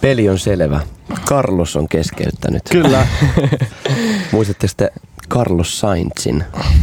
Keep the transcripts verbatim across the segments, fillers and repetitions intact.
Peli on selvä. Carlos on keskeyttänyt. Kyllä. Muistatteko te Carlos Sainzin?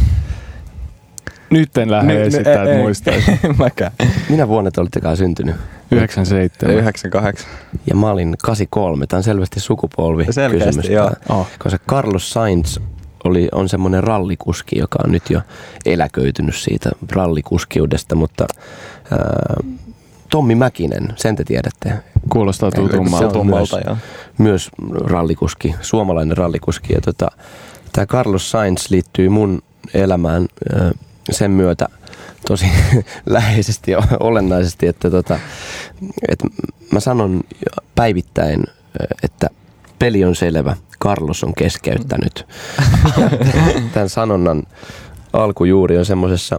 Nyt en lähde Nyt- esittää, ei- että ei. muistaisin. Mäkään. Minä vuonna te olittekaan syntynyt? yhdeksänkymmentäseitsemän. yhdeksänkymmentäkahdeksan. Ja mä olin kahdeksankymmentäkolme. Tämä on selvästi sukupolvi Selkeästi, kysymys. joo. Oh. Koska Carlos Sainz oli, on semmoinen rallikuski, joka on nyt jo eläköitynyt siitä rallikuskiudesta, mutta ää, Tommi Mäkinen, sen te tiedätte. Kuulostaa Se on tutummalta. Tutummalta, myös, joo. myös rallikuski, suomalainen rallikuski. Ja tota, tämä Carlos Sainz liittyy mun elämään ää, sen myötä tosi läheisesti ja olennaisesti, että, tota, että mä sanon päivittäin, että peli on selvä, Carlos on keskeyttänyt. Tämän sanonnan alkujuuri on semmoisessa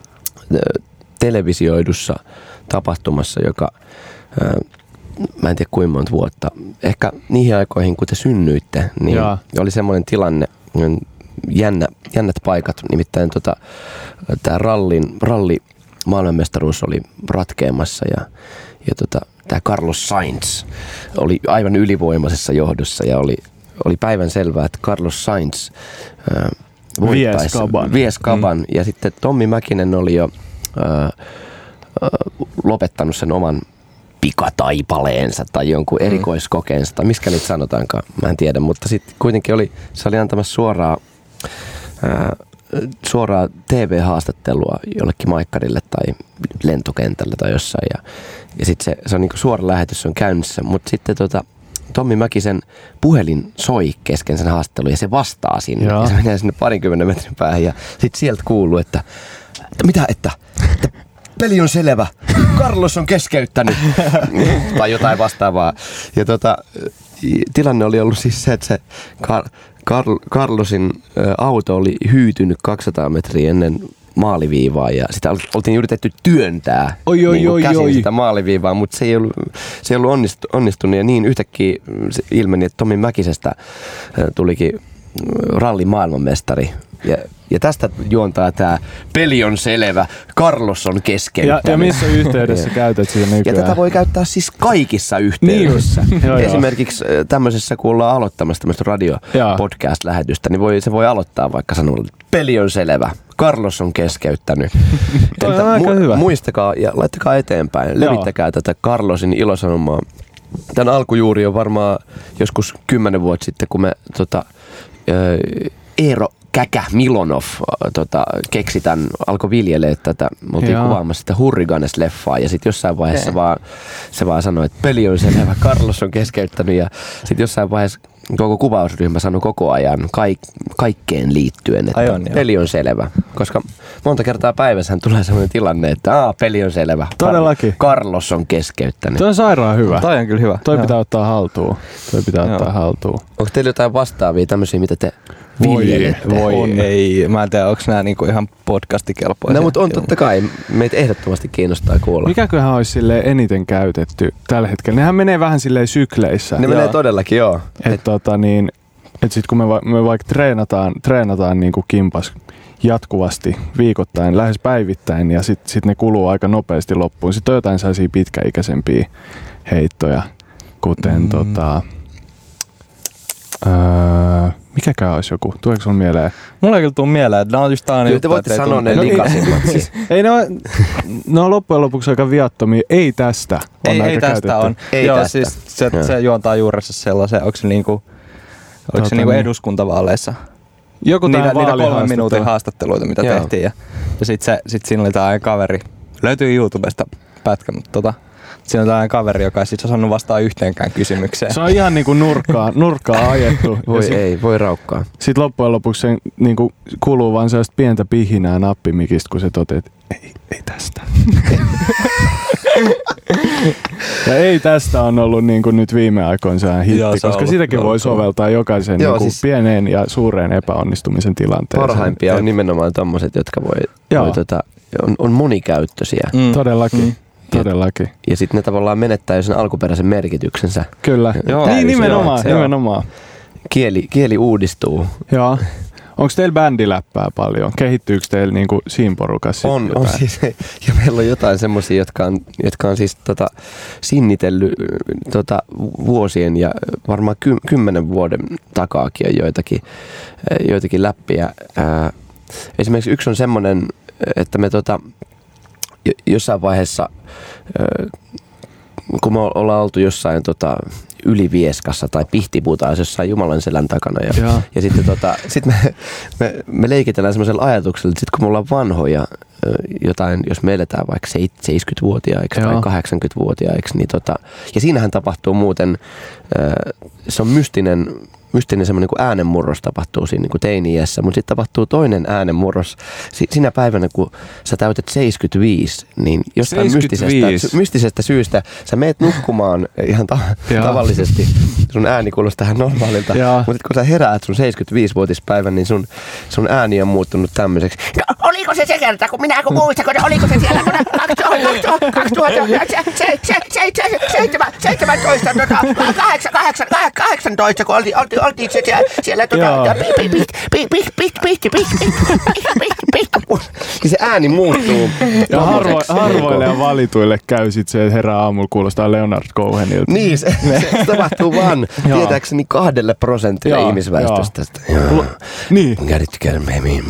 televisioidussa tapahtumassa, joka, ää, mä en tiedä kuinka monta vuotta, ehkä niihin aikoihin kun te synnyitte, niin Jaa. oli semmoinen tilanne, jännä, jännät paikat, nimittäin tota, tämä rallin, ralli maailmanmestaruus oli ratkeamassa ja, ja tota, tämä Carlos Sainz oli aivan ylivoimaisessa johdossa ja oli, oli päivän selvää, että Carlos Sainz ää, voittaisi. Vies Kaban. Vies Kaban. Mm. Ja sitten Tommi Mäkinen oli jo ää, ää, lopettanut sen oman pikataipaleensa tai jonkun erikoiskokeensa tai miskä niitä sanotaankaan, mä en tiedä, mutta sitten kuitenkin oli, se oli antamassa suoraa, ää, suoraa T V-haastattelua jollekin maikkarille tai lentokentällä tai jossain ja, ja sitten se, se on niinku suora lähetys on käynnissä, mutta sitten tota, Tommi Mäkisen puhelin soi kesken sen haastattelun ja se vastaa sinne Jaa. ja se menee sinne parinkymmenen metrin päähän ja sitten sieltä kuuluu, että, että mitä, että, että peli on selvä. Carlos on keskeyttänyt. Tai jotain vastaavaa. Ja tota, tilanne oli ollut siis se, että se Kar- Kar- Carlosin ä, auto oli hyytynyt kaksisataa metriä ennen maaliviivaa ja sitä oltiin yritetty työntää Oi, oi, niin kuin oi, käsin oi. sitä maaliviivaa, mutta se ei ollut, se ei ollut onnistu, onnistunut ja niin yhtäkkiä se ilmeni, että Tommi Mäkisestä ä, tulikin rallin maailmanmestari. Ja, ja tästä juontaa tämä peli on selvä, Carlos on keskeyttänyt. Ja, ja missä yhteydessä käytät siinä nykyään? Ja tätä voi käyttää siis kaikissa yhteydessä. Niin joo, joo. Esimerkiksi tämmöisessä, kun ollaan aloittamassa tämmöistä radio-podcast-lähetystä, niin voi, se voi aloittaa vaikka sanoa, että peli on selvä, Carlos on keskeyttänyt. Toi on aika hyvä. Muistakaa ja laittakaa eteenpäin, levittäkää tätä Carlosin ilosanomaa. Tämän alkujuuri on varmaan joskus kymmenen vuotta sitten, kun me tota, Eero Käkä Milonov tota, keksi tämän, alkoi viljelee tätä, me oltiin Jaa. kuvaamassa sitä Hurriganes-leffaa ja sitten jossain vaiheessa vaan, se vaan sanoi, että peli on selvä, Carlos on keskeyttänyt ja sitten jossain vaiheessa koko kuvausryhmä sanoi koko ajan kaik, kaikkeen liittyen, että Ai on, joo. peli on selvä, koska monta kertaa päivässä tulee sellainen tilanne, että Aa, peli on selvä, Todellakin. Carlos on keskeyttänyt. Toi on sairaan hyvä. Toi on kyllä hyvä. Toi Joo. pitää ottaa haltuun. Toi pitää Joo. ottaa haltuun. Onko teillä jotain vastaavia tämmöisiä, mitä te Voi, viljelette? Voi On. ei. Mä en tiedä, onko nämä niinku ihan podcastikelpoisia. No mutta on totta kai, meitä ehdottomasti kiinnostaa kuulla. Mikäköhän olisi silleen eniten käytetty tällä hetkellä? Nehän menee vähän silleen sykleissä. Ne menee todellakin, joo. Et tota niin, et sit kun me, va- me vaikka treenataan, treenataan niinku kimpas jatkuvasti, viikoittain, lähes päivittäin ja sit, sit ne kuluu aika nopeasti loppuun. Sitten on jotain sellaisia pitkäikäisempiä heittoja, kuten mm. tota... Öö, mikäkään olisi joku? Tuleeko sun mieleen? Mulla ei kyllä tuu mieleen, että nämä on just tää Kyllä juttu, te voitte että ei sanoa tuu- ne No niin. likaisimmat. Siis, Ei ne on, ne on loppujen lopuksi aika viattomia. Ei tästä on Ei, aika ei tästä käytetty. on. Ei Joo, tästä. siis se, Joo. se juontaa juuressa sellaisen, onko se niinku, oliko Tota se niinku niin. eduskuntavaaleissa? Joku Niitä, tää niitä kolmen vaalihaastattelu. minuutin haastatteluita, mitä Joo. tehtiin. Ja, ja sit, se, sit siinä oli tää kaveri, löytyy YouTubesta pätkä, mutta tota, siinä on tällainen kaveri, joka ei sit osannut vastaa yhteenkään kysymykseen. Se on ihan niinku nurkkaa, nurkkaa ajettu. voi ja sit, ei, voi raukkaa. sit loppujen lopuksi se niinku kuluu vaan sellaista pientä pihinää nappimikistä, kun se toteaa, että ei, ei tästä. Ja ei tästä on ollut niinku nyt viime aikoina sehän hitti, Joo, se on koska ollut- sitäkin voi ollut soveltaa jokaisen Joo, niinku siis- pieneen ja suureen epäonnistumisen tilanteeseen. Parhaimpia on Et- nimenomaan tommoset, jotka voi, Joo. voi tota, on, on monikäyttöisiä. Mm. Todellakin, Mm. todellakin. Ja sitten ne tavallaan menettää jo sen alkuperäisen merkityksensä. Kyllä. Joo. Niin Täysin. nimenomaan, Joo, se on. nimenomaan. Kieli, kieli uudistuu. Joo. Onko teillä bändiläppää paljon? Kehittyykö teillä niinku siinä porukassa On, jotain? on siis, ja meillä on jotain semmoisia, jotka on, jotka on siis tota, sinnitellyt tota, vuosien ja varmaan ky, kymmenen vuoden takaakin on joitakin, joitakin läppiä. Ää, esimerkiksi yksi on semmoinen, että me tota, jossain vaiheessa, ää, kun me ollaan oltu jossain tota, Ylivieskassa tai Pihtipuutaassa jossain Jumalan selän takana. Ja, ja. ja sitten tota, sit me, me, me leikitellään semmoisella ajatuksella, että sit kun me ollaan vanhoja, jotain, jos me eletään vaikka seitsemänkymmentävuotiaiksi tai kahdeksankymmentävuotiaiksi, niin tota, ja siinähän tapahtuu muuten, se on mystinen, mystinen semmoinen niin äänenmurros tapahtuu siinä niin teini-iässä, mutta sitten tapahtuu toinen äänenmurros si- sinä päivänä, kun sä täytät seitsemänkymmentäviisi, niin jostain mystisestä, mystisestä syystä sä meet nukkumaan ihan ta- tavallisesti. Sun ääni kuulostaa ihan normaalilta, mutta sitten kun sä heräät sun seitsemänkymmentäviisivuotispäivän, niin sun, sun ääni on muuttunut tämmöiseksi. No, oliko se se kerta, kun minä kun muistan, kun oliko se siellä kaksituhattaseitsemäntoista, kahdeksantoista, kun oltiin oltiin se siellä, siellä tuota, se ääni muuttuu. Ja harvo, harvoille ja valituille käy sit se, että herää aamulla kuulostaa Leonard Cohenilta. Niin, se, se tapahtuu vaan tietääkseni kahdelle prosentille ihmisväestöstä. Niin. Got it together, baby.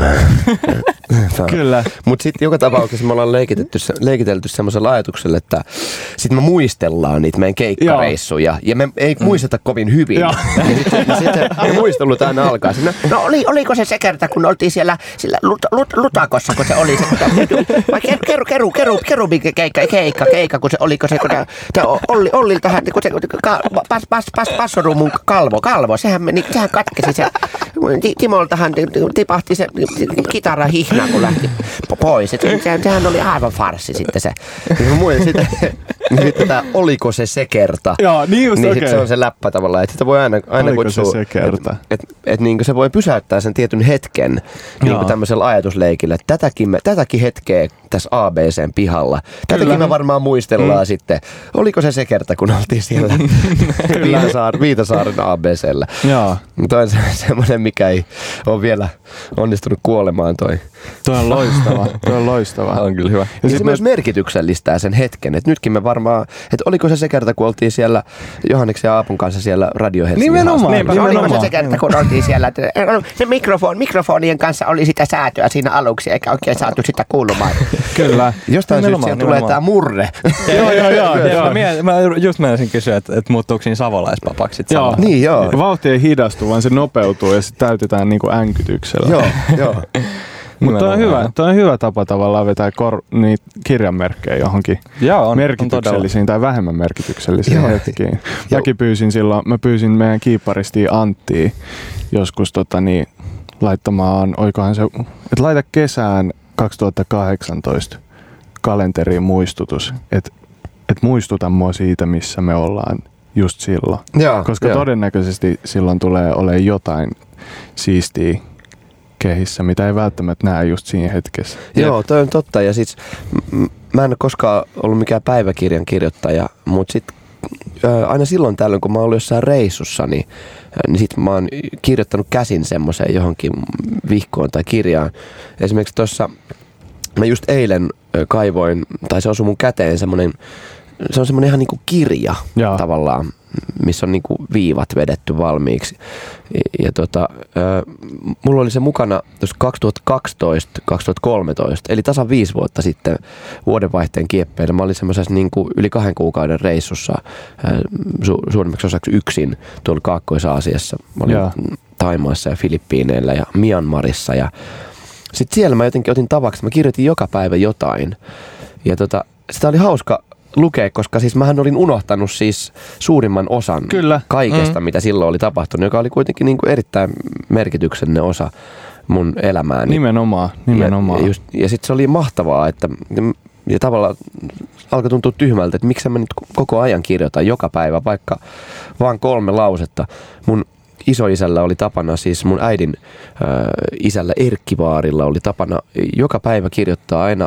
Kyllä. Mutta sitten joka tapauksessa me ollaan leikitelty semmoisella ajatuksella, että sitten me muistellaan niitä meidän keikkareissuja. Ja me ei muisteta kovin hyvin. Ja sitten sit muistelut aina alkaa. No, no oli, oliko se se kerta, kun oltiin siellä, siellä lut, lut, Lutakossa, kun se oli se, vai keru, keru, keru, kerubin keikka, keikka, keikka, kun se oliko se, kun se Olli, Olliltahan, kun se pas, pas, pas, passoruumun kalvo, kalvo, sehän meni, sehän katkesi se, Timoltahan tipahti se kitara hihna, kun lähti pois. Sehän, sehän oli aivan farssi sitten se. Sitten, sitten tämä oliko se se kerta. Joo, niin just niin okay. Se on se läppä tavallaan, että sitä voi aina, aina kutsua. Se se kerta? Että et, et, niin se voi pysäyttää sen tietyn hetken niin tämmöisellä ajatusleikillä. Että tätäkin, me, tätäkin hetkeä tässä A B C:n pihalla. Tätäkin Kyllä. me varmaan muistellaan mm. sitten. Oliko se se kerta, kun oltiin siellä Viitasaar, Viitasaaren A B C:llä. Toi on se, semmoinen, mikä ei ole vielä onnistunut kuolemaan toi. Toi on loistava. Toi on loistava. On kyllä hyvä. Ja, ja se myös me... merkityksellistää sen hetken. Että nytkin me varmaan, että oliko se se kerta, kun oltiin siellä Johanneksen ja Aapun kanssa siellä Radio Helsingin Nimenomaan. Nimenomaan. Oliko se se kerta, kun oltiin siellä, että se mikrofon, mikrofonien kanssa oli sitä säätöä siinä aluksi, eikä oikein saatu sitä kuulumaan. Kyllä. Jostain syystä siellä tulee tää murre. Joo, joo, joo. Mä just menisin kysyä, että muuttuuko siinä savolaispapaksi? Joo. Niin, joo. Vauhti ei hidastu, vaan se nopeutuu ja se täytetään niinku änkytyksellä. Joo, joo. Mutta toi on hyvä, toi on hyvä tapa tavallaan vetää kor, niitä kirjanmerkkejä johonkin Joo, on, merkityksellisiin on tai vähemmän merkityksellisiin hetkiin. Mäkin pyysin silloin, mä pyysin meidän kiipparistia Anttia joskus tota niin, laittamaan, oikohan se, että laita kesään kaksituhattakahdeksantoista kalenteriin muistutus, että et muistuta mua siitä, missä me ollaan just silloin. Joo, koska jo. todennäköisesti silloin tulee olemaan jotain siistiä kehissä, mitä ei välttämättä näe just siinä hetkessä. Joo, toi on totta. Ja siis m- mä en ole koskaan ollut mikään päiväkirjan kirjoittaja, mutta sit ää, aina silloin tällöin, kun mä oon ollut jossain reissussa, niin, niin sit mä oon kirjoittanut käsin semmoiseen johonkin vihkoon tai kirjaan. Esimerkiksi tuossa mä just eilen kaivoin, tai se osui mun käteen semmoinen, se on semmoinen ihan niinku kirja Jaa. tavallaan, missä on niinku viivat vedetty valmiiksi. Ja, ja tota, äh, mulla oli se mukana kaksituhattakaksitoista kaksituhattakolmetoista, eli tasan viisi vuotta sitten vuodenvaihteen kieppeillä. Mä olin semmoisessa niinku yli kahden kuukauden reissussa äh, su- suurimmaksi osaksi yksin tuolla Kaakkois-Aasiassa. Mä olin Jaa. Thaimaassa ja Filippiineillä ja Myanmarissa ja sitten siellä mä jotenkin otin tavaksi, että mä kirjoitin joka päivä jotain. Ja tota, sitä oli hauska lukea, koska siis mähän olin unohtanut siis suurimman osan Kyllä. kaikesta, mm. mitä silloin oli tapahtunut, joka oli kuitenkin niin kuin erittäin merkityksellinen osa mun elämääni. Nimenomaan, nimenomaan. Ja, ja, ja sitten se oli mahtavaa, että ja tavallaan alkoi tuntua tyhmältä, että miksi mä nyt koko ajan kirjoitan joka päivä, vaikka vaan kolme lausetta. Mun isoisällä oli tapana, siis mun äidin äh, isällä Erkki Vaarilla oli tapana joka päivä kirjoittaa aina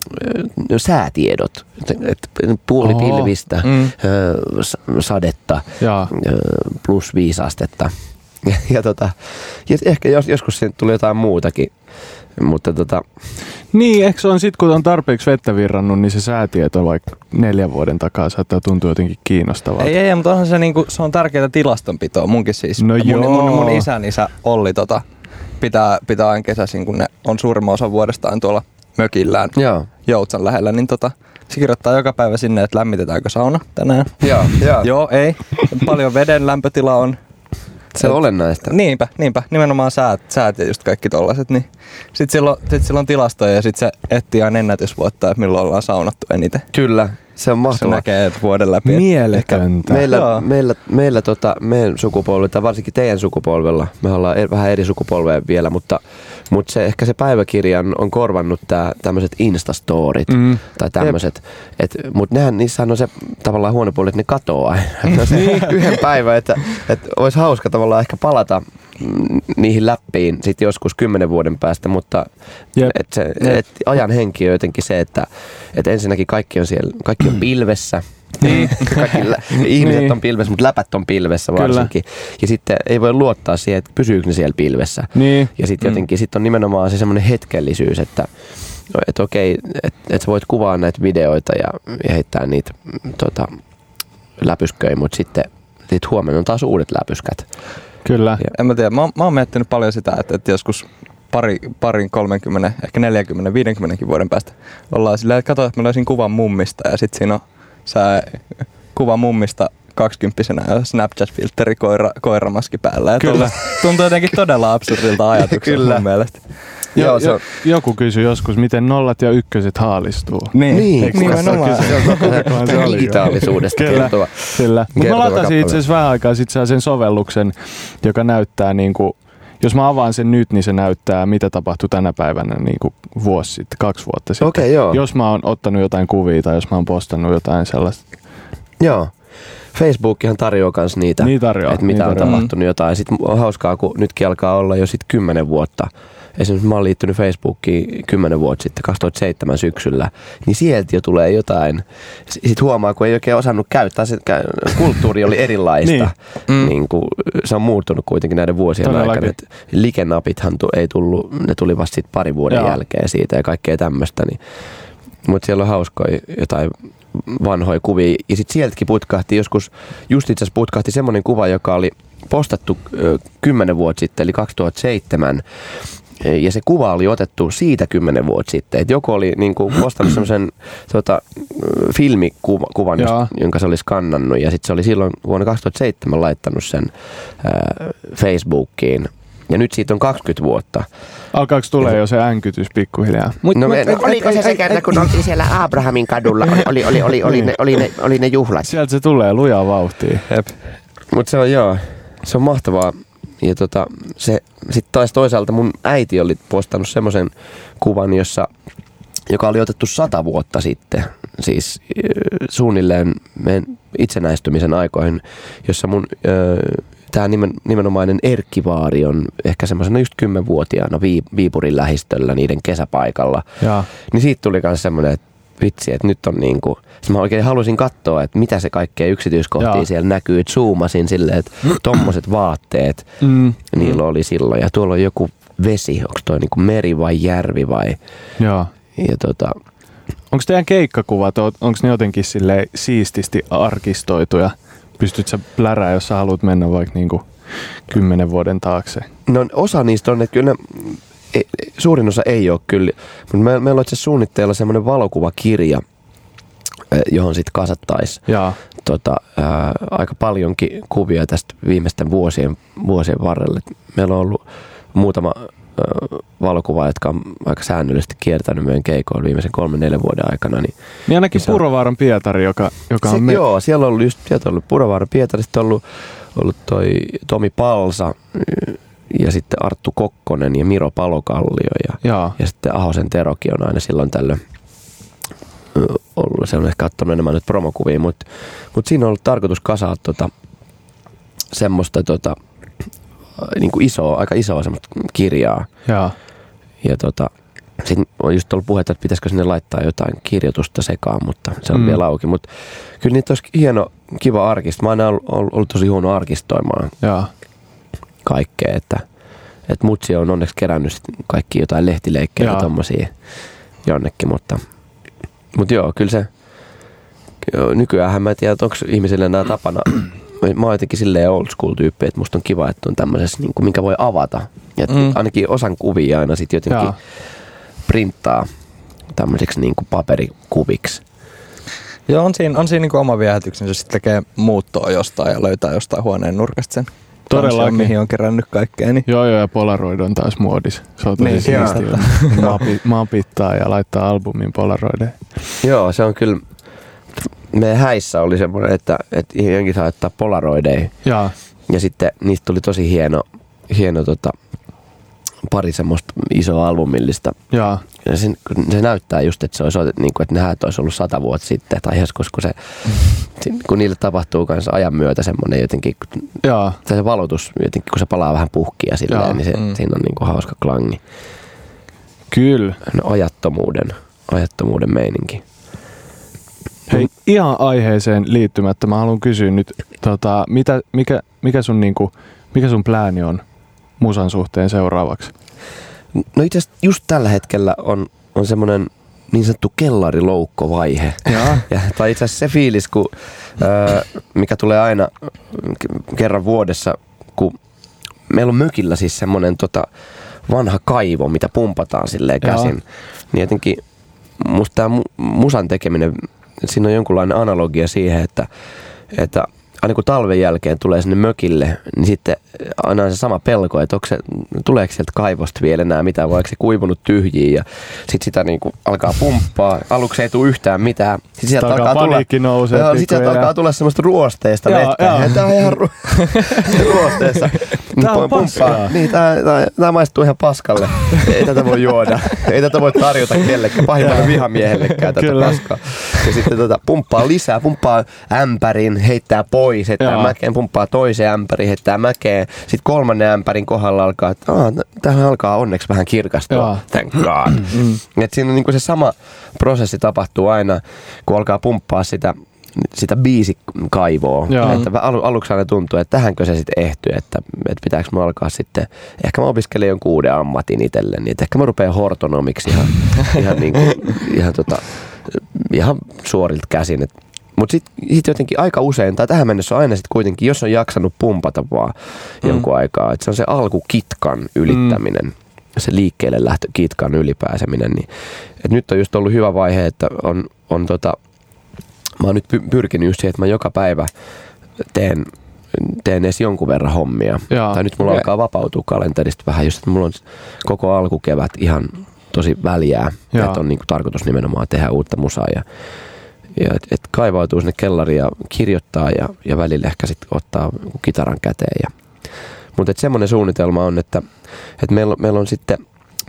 äh, säätiedot, et puoli pilvistä, mm. äh, sadetta, äh, plus viisi astetta. Ja, ja, tota, ja ehkä jos, joskus siinä tuli jotain muutakin, mutta tota... Niin, eikö se on sit kun on tarpeeksi vettä virrannut, niin se säätieto vaikka neljän vuoden takaa saattaa tuntua jotenkin kiinnostavalta. Ei, ei, mutta onhan se, niinku, se on tärkeää tilastonpitoa. Munkin siis. No mun, joo. mun, mun isän isä Olli tota, pitää, pitää aina kesäisin, kun ne on suurimman osan vuodestaan tuolla mökillään Joo. Joutsan lähellä, niin tota, se kirjoittaa joka päivä sinne, että lämmitetäänkö sauna tänään. Joo, joo. Joo, ei. Paljon veden lämpötila on. Se on olennaista. Niinpä, niinpä. Nimenomaan säät, säät ja just kaikki tollaset. Niin. Sitten silloin, sit silloin on tilastoja ja sitten se etsii aina ennätysvuotta, että milloin ollaan saunattu eniten. Kyllä, se on mahtavaa. Se näkee että vuoden läpi. Mieletöntä. Meillä, meillä, meillä tota, meidän sukupolvella, tai varsinkin teidän sukupolvella, me ollaan er, vähän eri sukupolveja vielä, mutta, mutta se, ehkä se päiväkirja on, on korvannut tää, tämmöiset instastorit mm. tai tämmöiset. Mutta nehän, niissähän on se tavallaan huono puoli, että ne katoaa yhden päivän, että, että olisi hauska tavallaan ehkä palata niihin läppiin sit joskus kymmenen vuoden päästä, mutta et se, et ajan henki on jotenkin se, että et ensinnäkin kaikki on siellä, kaikki on pilvessä. Niin. Kaikki lä- ihmiset niin. on pilvessä, mutta läpät on pilvessä varsinkin. Kyllä. Ja sitten ei voi luottaa siihen, että pysyykö ne siellä pilvessä. Niin. Ja sitten jotenkin sit on nimenomaan se semmoinen hetkellisyys, että et okei, että et sä voit kuvaa näitä videoita ja, ja heittää niitä tota, läpysköjä, mutta sitten sit huomenna on taas uudet läpyskät. Kyllä. Ja en mä tiedä, mä, mä oon miettinyt paljon sitä, että, että joskus pari, parin, kolmekymmentä, ehkä neljäkymmentä, viidenkymmenen vuoden päästä ollaan silleen, että katso, että mä löysin kuvan mummista ja sit siinä on sä kuva mummista kaksikymppisenä ja Snapchat-filtteri koira, koiramaski päällä. Ja Kyllä. Tuntuu jotenkin todella absurdilta ajatukselta mun mielestä. Jo, jo, joku kysyi joskus, miten nollat ja ykköset haalistuu. Niin, niin nimenomaan. Se digitaalisuudesta kertova. Kyllä. Mutta mä latasin itse asiassa vähän aikaa sit sen sovelluksen, joka näyttää niinku, jos mä avaan sen nyt, niin se näyttää, mitä tapahtui tänä päivänä niin kuin vuosi sitten, kaksi vuotta sitten. Okay, joo. Jos mä oon ottanut jotain kuvia tai jos mä oon postannut jotain sellaista. Joo. Facebookihan tarjoaa myös niitä, niin tarjoaa, että mitä niin on tarjoaa. tapahtunut jotain. Sitten on hauskaa, kun nytkin alkaa olla jo sitten kymmenen vuotta. Esimerkiksi mä oon liittynyt Facebookiin kymmenen vuotta sitten, kaksituhattaseitsemän syksyllä, niin sieltä jo tulee jotain. Sitten huomaa, kun ei oikein osannut käyttää, se kulttuuri oli erilaista. niin. Niin kuin, se on muuttunut kuitenkin näiden vuosien Todellakin. aikana. Likenapithan ei tullut, ne tuli vasta sit parin vuoden Joo. jälkeen siitä ja kaikkea tämmöistä. Niin. Mutta siellä on hauskoja jotain vanhoja kuvia. Ja sitten sieltäkin putkahti joskus, just itse asiassa putkahti semmoinen kuva, joka oli postattu kymmenen vuotta sitten, eli kaksituhattaseitsemän. Ja se kuva oli otettu siitä kymmenen vuotta sitten. Et joku oli niinku postannut semmoisen tota, filmikuvan, just, jonka se oli skannannut. Ja sitten se oli silloin vuonna kaksituhattaseitsemän laittanut sen ää, Facebookiin. Ja nyt siitä on kaksikymmentä vuotta. Alkaako tulee ja jo se änkytys pikkuhiljaa? Mut, no, no, oliko se se kerta, kun oltiin siellä Abrahamin kadulla, oli, oli, oli, oli, ne, oli, ne, oli ne juhlat? Sieltä se tulee lujaa vauhtia. Mutta se on joo, se on mahtavaa. Ja tota, se sitten taas toisaalta mun äiti oli postannut semmoisen kuvan, jossa, joka oli otettu sata vuotta sitten, siis suunnilleen meidän itsenäistymisen aikoihin, jossa mun tämä nimen, nimenomainen Erkkivaari on ehkä semmoisena just kymmenvuotiaana Viipurin lähistöllä niiden kesäpaikalla. Ja. Niin siitä tuli myös semmoinen, että vitsi, että nyt on niinku, mä oikein halusin katsoa, että mitä se kaikkea yksityiskohtia Jaa. siellä näkyy, että zoomasin silleen, että tommoset vaatteet mm. niillä oli silloin. Ja tuolla on joku vesi, onko toi niinku meri vai järvi vai? Jaa. Ja tota... Onko teidän keikkakuvat, onko ne jotenkin silleen siististi arkistoituja? Pystyt sä plärää, jos sä haluat mennä vaikka niinku kymmenen vuoden taakse? No osa niistä on, että kyllä ne, suurin osa ei ole kyllä, mutta me, meillä on itse suunnitteilla semmoinen valokuvakirja, johon sitten kasattaisiin tota, ää, aika paljonkin kuvia tästä viimeisten vuosien, vuosien varrelle. Meillä on ollut muutama ää, valokuva, jotka on aika säännöllisesti kiertänyt meidän keikoilla viimeisen kolmen neljän vuoden aikana. Niin, niin ainakin niin Purovaaran Pietari, joka, joka se, on... Me... Joo, siellä on ollut just sieltä on ollut Purovaaran Pietari, sitten on ollut, ollut toi Tomi Palsa ja sitten Arttu Kokkonen ja Miro Palokallio ja, ja sitten Ahosen Terokin on aina silloin tällöin ollut. Se on ehkä katsonut enemmän nyt promokuvia, mutta mut siinä on ollut tarkoitus kasaa tota, semmoista tota, niin kuin isoa, aika isoa semmoista kirjaa. Ja, ja tota, sitten on just ollut puhetta, että pitäisikö sinne laittaa jotain kirjoitusta sekaan, mutta se on mm. vielä auki. Mutta kyllä niitä olisi hieno, kiva arkisto. Mä oon aina ollut, ollut tosi huono arkistoimaan. Ja. kaikkea, että et mutsi on onneksi kerännyt sit kaikki jotain lehtileikkejä ja tommosia jonnekin, mutta, mutta joo, kyllä se nykyäänhän mä en tiedä, onko ihmisille nämä tapana. Mä oon jotenkin silleen old school tyyppi, että musta on kiva, että on tämmöisessä, niin kuin, minkä voi avata. Ja mm. ainakin osan kuvia aina sit jotenkin Jaa. printtaa tämmöiseksi niin kuin paperikuviksi. Joo, on siinä, on siinä niin kuin oma viehätyksensä, jos sitten tekee muuttoa jostain ja löytää jostain huoneen nurkasta sen. Todellakin. Mihin on kerännyt kaikkea. Niin. Joo, joo, ja Polaroid on taas muodis. Se on tosi niin, siistiä. Maapittaa ja laittaa albumin Polaroideen. Joo, se on kyllä. Meidän häissä oli semmoinen, että, että jenkin saa ottaa Polaroideja. Jaa. Ja sitten niistä tuli tosi hieno, hieno tota, pari semmoista isoa albumillista. Jaa. Ja se, se näyttää just, että se olisi otettu, niin kuin, että ne häät olisi ollut sata vuotta sitten tai joskus, kun, se, kun niille tapahtuu kanssa ajan myötä semmoinen jotenkin, Jaa. se valotus jotenkin, kun se palaa vähän puhkia silleen, Jaa. niin se, mm. siinä on niin kuin hauska klangi. Kyllä. No, ajattomuuden, ajattomuuden meininki. Hei, ihan aiheeseen liittymättä mä haluan kysyä nyt, tota, mitä, mikä, mikä, sun, niinku, mikä sun plääni on musan suhteen seuraavaksi? No itse asiassa just tällä hetkellä on, on semmoinen niin sanottu kellariloukkovaihe. Ja, tai itse asiassa se fiilis, kun, ö, mikä tulee aina kerran vuodessa, kun meillä on mökillä siis semmoinen tota, vanha kaivo, mitä pumpataan silleen käsin. Jaa. Niin jotenkin musta tää musan tekeminen, siinä on jonkunlainen analogia siihen, että, että aina kun talven jälkeen tulee sinne mökille, niin sitten aina on se sama pelko, että onko se, tuleeko sieltä kaivosta vielä enää mitään, vai onko se kuivunut tyhjiin, ja sitten sitä niin kuin alkaa pumppaa. Aluksi ei tule yhtään mitään. Sitten sieltä alkaa tulla, nousee, joo, sit sieltä alkaa tulla semmoista ruosteista vettä. Tämä on ihan ru- ruosteessa. Tämä on paskaa. Niin, tämä maistuu ihan paskalle. Ei tätä voi juoda. Ei tätä voi tarjota kellekään, pahimmalle vihamiehellekään tätä Kyllä. paskaa. Ja sitten tota, pumppaa lisää, pumppaa ämpärin, heittää pois, heittää mäkeen, pumppaa toiseen ämpäriin, heittää mäkeen. Sitten kolmannen ämpärin kohdalla alkaa, että tähän alkaa onneksi vähän kirkastua. Thank God. Mm. Et siinä on niinku se sama prosessi tapahtuu aina, kun alkaa pumppaa sitä, sitä biisikaivoa. Että alu, aluksi aina tuntuu, että tähänkö se sitten ehtyy, että, että pitääkö mä alkaa sitten, ehkä mä opiskelen jonkun uuden ammatin itselle, niin että ehkä mä rupean hortonomiksi ihan, ihan, niinku, ihan, tota, ihan suorilta käsin. Et, mutta sitten sit jotenkin aika usein, tai tähän mennessä on aina sitten kuitenkin, jos on jaksanut pumpata vaan mm. jonkun aikaa, että se on se alkukitkan ylittäminen, mm. se liikkeelle lähtö kitkan ylipääseminen. Niin, et nyt on just ollut hyvä vaihe, että on, on tota, mä oon nyt pyrkinyt just siihen, että mä joka päivä teen, teen edes jonkun verran hommia. Jaa. Tai nyt mulla okay. alkaa vapautua kalenterista vähän, just että mulla on koko alkukevät ihan tosi väljää, Jaa. että on niinku tarkoitus nimenomaan tehdä uutta musaa ja Ja et, et kaivautuu sinne kellariin ja kirjoittaa ja, ja välillä ehkä sitten ottaa kitaran käteen. Ja. Mutta semmoinen suunnitelma on, että et meillä, meillä on sitten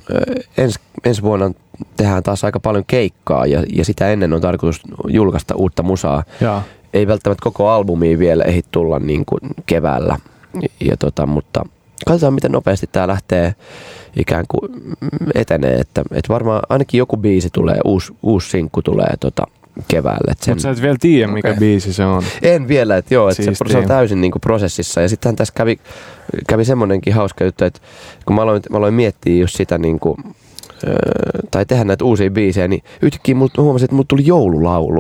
ens, ensi vuonna tehdään taas aika paljon keikkaa ja, ja sitä ennen on tarkoitus julkaista uutta musaa. Ja. Ei välttämättä koko albumia vielä ehdi tulla niin kuin keväällä, ja tota, mutta katsotaan miten nopeasti tämä lähtee ikään kuin etenee. Että, et varmaan ainakin joku biisi tulee, uusi, uusi sinkku tulee tota, keväälle. Mutta sä et vielä tiedä, mikä okay. biisi se on. En vielä, että joo, että se, se on täysin niinku prosessissa. Ja sittenhän tässä kävi, kävi semmoinenkin hauska juttu, että kun mä aloin, mä aloin miettiä just sitä niinku, öö, tai tehdä näitä uusia biisejä, niin yhtäkkiä mulla huomasin, että mulla tuli joululaulu.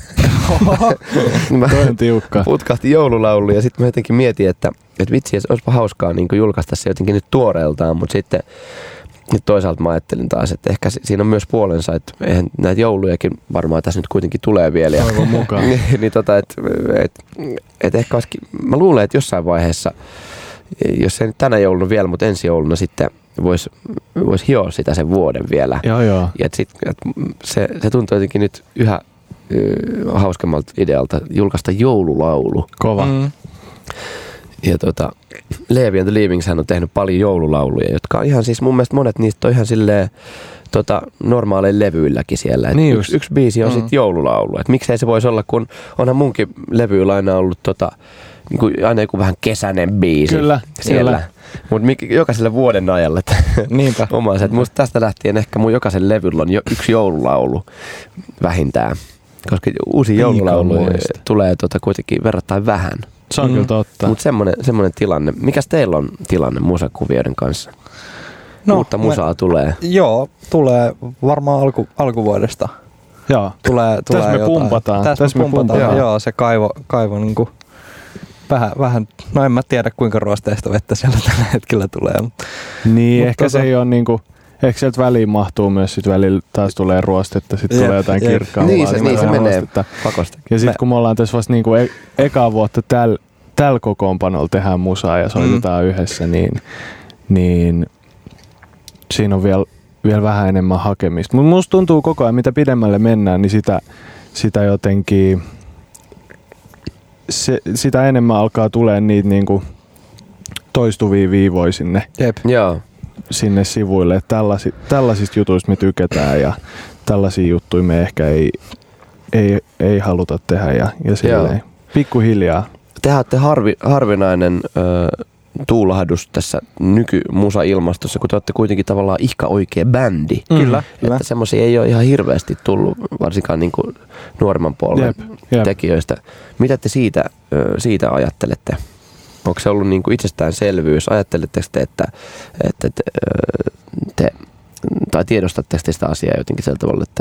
Toi on tiukka. Putkahti joululaulu ja sitten mä jotenkin mietin, että, että vitsi, että olisipa hauskaa niinku julkaista se jotenkin nyt tuoreeltaan, mutta sitten nyt toisaalta mä ajattelin taas, että ehkä siinä on myös puolensa, että eihän näitä joulujakin varmaan tässä nyt kuitenkin tulee vielä. Toivon mukaan. niin, niin tota, että et, et ehkä olisikin, mä luulen, että jossain vaiheessa, jos ei nyt tänä jouluna vielä, mutta ensi jouluna sitten voisi vois hioa sitä sen vuoden vielä. Joo, joo. Ja et sit, et se, se tuntuu jotenkin nyt yhä uh, hauskemmalta idealta julkaista joululaulu. Kova. Mm. Ja tota, Levi and the Leavings hän on tehnyt paljon joululauluja, jotka on ihan siis mun mielestä monet niistä on ihan silleen tota, normaaleilla levyilläkin siellä. Niin yksi, yksi biisi on mm. sitten joululaulu. Et miksei se voisi olla, kun onhan munkin levyillä aina ollut tota, niin kuin, aina joku vähän kesäinen biisi kyllä, siellä. Mutta jokaiselle vuoden ajalle. Niinpä. Omaiset. Musta tästä lähtien ehkä mun jokaisen levyllä on jo yksi joululaulu vähintään. Koska uusi joululaulu tulee tota, kuitenkin verrattain vähän. Se on mm. kyllä totta. Mutta semmoinen, semmoinen tilanne. Mikäs teillä on tilanne musakuvioiden kanssa? No, Uutta musaa me, tulee. Joo, tulee varmaan alku, alkuvuodesta. Joo. Tulee, tulee Tässä me jotain. pumpataan. Tässä Tässä me me pumpataan. pumpataan. Joo, se kaivo, kaivo niinku vähän, vähän, no en mä tiedä kuinka ruosteista vettä siellä tällä hetkellä tulee. Mutta, niin, mutta ehkä tota, se ei ole niinku, ehkä sieltä väliin mahtuu myös, sit välillä taas tulee ruostetta, sitten tulee jotain kirkkaa. Niin se, niin se menee pakosta. Ja sitten me, kun me ollaan tässä vasta niinku e- ekaa vuotta tällä täl kokoonpanolla tehdään musaa ja soitetaan mm. yhdessä, niin, niin siinä on vielä vielä vähän enemmän hakemista. Mutta musta tuntuu koko ajan, mitä pidemmälle mennään, niin sitä, sitä jotenkin se, sitä enemmän alkaa tulee niitä niinku toistuvia viivoja sinne, Jep. Joo. sinne sivuille. Tällaisi, tällaisista jutuista me tykätään ja tällaisia juttuja me ehkä ei, ei, ei haluta tehdä ja, ja silleen pikkuhiljaa. Te olette harvi, harvinainen ö, tuulahdus tässä nykymusa-ilmastossa, kun te olette kuitenkin tavallaan ihka oikea bändi. Mm. Kyllä, kyllä. Että semmoisia ei ole ihan hirveästi tullut, varsinkaan niin kuin nuoremman polven Jep, jep. tekijöistä. Mitä te siitä, ö, siitä ajattelette? Onko se ollut niin kuin itsestäänselvyys? Ajatteletteko te, että, että te, te, tai tiedostatteko te sitä asiaa jotenkin sillä tavalla, että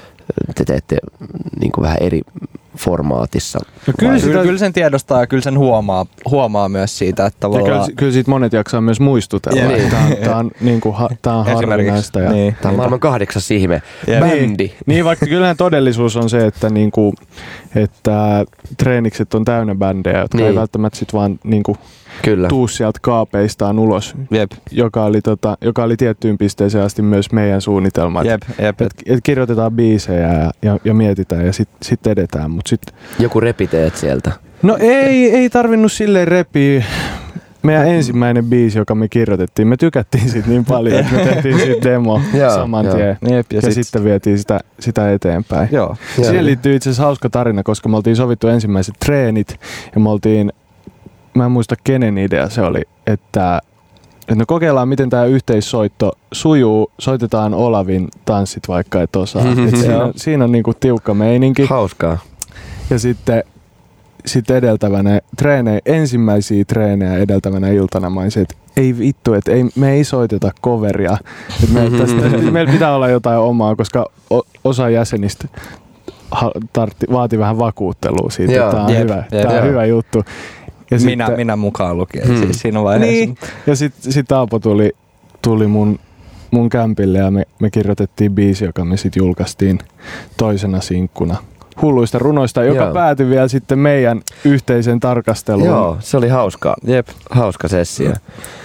te teette niin kuin vähän eri formaatissa? No kyllä, sitä, kyllä sen tiedostaa ja kyllä sen huomaa, huomaa myös siitä, että tavallaan... Kyllä, kyllä siitä monet jaksaa myös muistutella. Yeah. Niin. Tämä on, tää on, niinku, ha, tää on harvinaista. Ja niin, tämä on maailman kahdeksas ihme. Yeah. Bändi. Niin, niin, vaikka kyllähän todellisuus on se, että, niinku, että treenikset on täynnä bändejä, jotka niin. ei välttämättä sit vaan niinku, Kyllä. tuu sieltä kaapeistaan ulos, Jep. joka oli, tota, joka oli tiettyyn pisteeseen asti myös meidän suunnitelma. Jep, jep. Et, et kirjoitetaan biisejä ja, ja, ja mietitään ja sitten sit edetään. Mut sit, Joku repiteet sieltä. no ei, ei tarvinnut silleen repiä. Meidän ensimmäinen biisi, joka me kirjoitettiin, me tykättiin siitä niin paljon, että me tehtiin siitä demo saman tien. Jep, ja, ja sit... sitten vietiin sitä, sitä eteenpäin. Joo. Siihen liittyy itse asiassa hauska tarina, koska me oltiin sovittu ensimmäiset treenit ja me oltiin, mä en muista kenen idea se oli, että, että no kokeillaan miten tämä yhteissoitto sujuu, soitetaan Olavin tanssit vaikka et osaa. Et siinä, siinä on niinku tiukka meininki. Hauskaa. Ja sitten sitten edeltävänä treenejä, ensimmäisiä treenejä edeltävänä iltana mä olisin, että ei vittu, että ei, me ei soiteta coveria. Että me, tästä, meillä pitää olla jotain omaa, koska o, osa jäsenistä ha, tartti, vaati vähän vakuuttelua siitä, että tämä on, jep, hyvä, jep, tää on hyvä juttu. Ja minä, sitten, minä mukaan lukien, hmm. siis siinä vaiheessa. Niin. Ja sitten sit Aapo tuli, tuli mun, mun kämpille ja me, me kirjoitettiin biisi, joka me sitten julkaistiin toisena sinkkuna. Hulluista runoista, joka Joo. päätyi vielä sitten meidän yhteisen tarkasteluun. Joo, se oli hauska, Jep. hauska sessio. Mm.